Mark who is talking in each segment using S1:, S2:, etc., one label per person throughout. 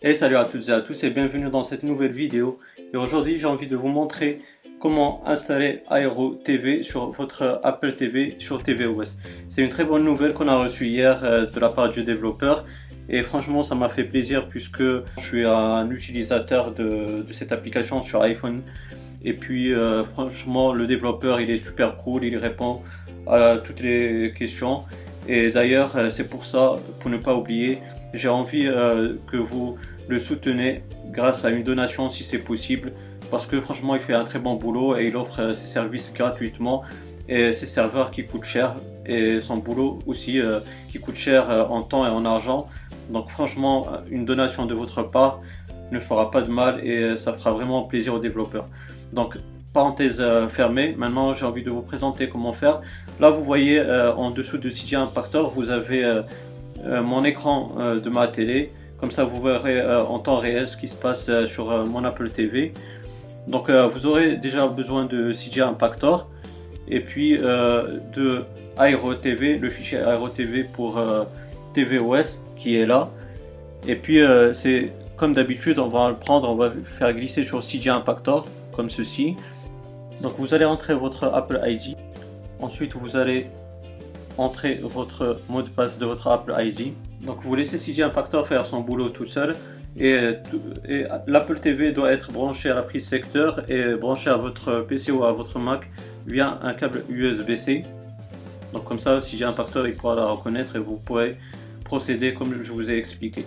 S1: Et salut à toutes et à tous et bienvenue dans cette nouvelle vidéo. Et aujourd'hui j'ai envie de vous montrer comment installer Aero TV sur votre Apple TV sur tvOS. C'est une très bonne nouvelle qu'on a reçue hier de la part du développeur. Et franchement ça m'a fait plaisir puisque je suis un utilisateur de cette application sur iPhone. Et puis franchement le développeur il est super cool, il répond à toutes les questions. Et d'ailleurs c'est pour ça, pour ne pas oublier, j'ai envie que vous le soutenez grâce à une donation si c'est possible, parce que franchement il fait un très bon boulot et il offre ses services gratuitement et ses serveurs qui coûtent cher et son boulot aussi qui coûte cher en temps et en argent. Donc franchement une donation de votre part ne fera pas de mal et ça fera vraiment plaisir aux développeurs. Donc parenthèse fermée, maintenant j'ai envie de vous présenter comment faire. Là vous voyez en dessous de CJ Impactor vous avez mon écran de ma télé, comme ça vous verrez en temps réel ce qui se passe sur mon Apple TV. Donc vous aurez déjà besoin de CJ Impactor et puis de Aero TV, le fichier Aero TV pour tvOS qui est là. Et puis c'est comme d'habitude, on va le prendre, on va le faire glisser sur CJ Impactor comme ceci. Donc vous allez entrer votre Apple ID, ensuite vous allez entrer votre mot de passe de votre Apple ID. Donc vous laissez CJ Impactor faire son boulot tout seul et l'Apple TV doit être branché à la prise secteur et branché à votre PC ou à votre Mac via un câble USB-C. Donc comme ça CJ Impactor il pourra la reconnaître et vous pourrez procéder comme je vous ai expliqué.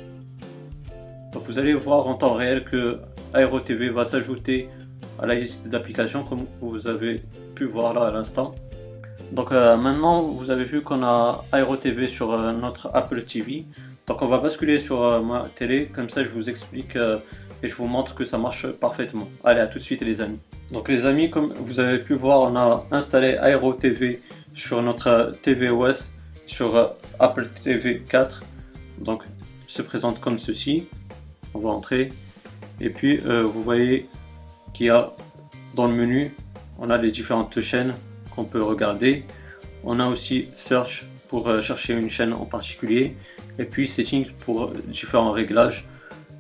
S1: Donc vous allez voir en temps réel que Aero TV va s'ajouter à la liste d'applications comme vous avez pu voir là à l'instant. Donc maintenant vous avez vu qu'on a Aero TV sur notre Apple TV. Donc on va basculer sur ma télé, comme ça je vous explique et je vous montre que ça marche parfaitement. Allez, à tout de suite les amis. Donc les amis, comme vous avez pu voir, on a installé Aero TV sur notre tvOS sur Apple TV 4. Donc il se présente comme ceci. On va entrer et puis vous voyez qu'il y a dans le menu, on a les différentes chaînes qu'on peut regarder. On a aussi Search pour chercher une chaîne en particulier et puis Settings pour différents réglages.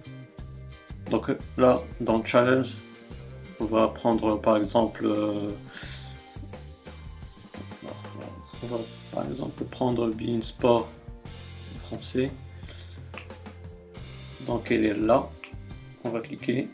S1: Donc là dans Channels on va prendre par exemple prendre beIN Sport français. Donc elle est là, on va cliquer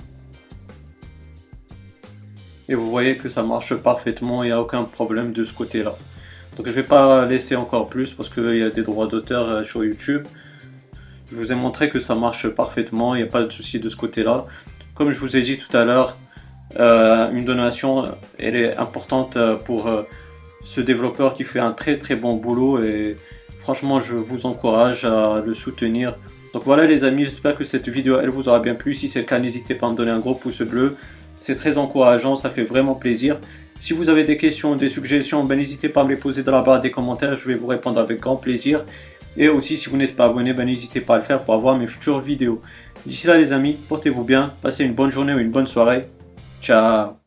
S1: et vous voyez que ça marche parfaitement, il n'y a aucun problème de ce côté là. Donc je ne vais pas laisser encore plus parce qu'il y a des droits d'auteur sur YouTube. Je vous ai montré que ça marche parfaitement, il n'y a pas de souci de ce côté là. Comme je vous ai dit tout à l'heure, une donation elle est importante pour ce développeur qui fait un très bon boulot et franchement je vous encourage à le soutenir. Donc voilà les amis, j'espère que cette vidéo elle vous aura bien plu. Si c'est le cas, n'hésitez pas à me donner un gros pouce bleu. C'est très encourageant, ça fait vraiment plaisir. Si vous avez des questions, des suggestions, n'hésitez pas à me les poser dans la barre des commentaires. Je vais vous répondre avec grand plaisir. Et aussi si vous n'êtes pas abonné, n'hésitez pas à le faire pour avoir mes futures vidéos. D'ici là les amis, portez-vous bien, passez une bonne journée ou une bonne soirée. Ciao.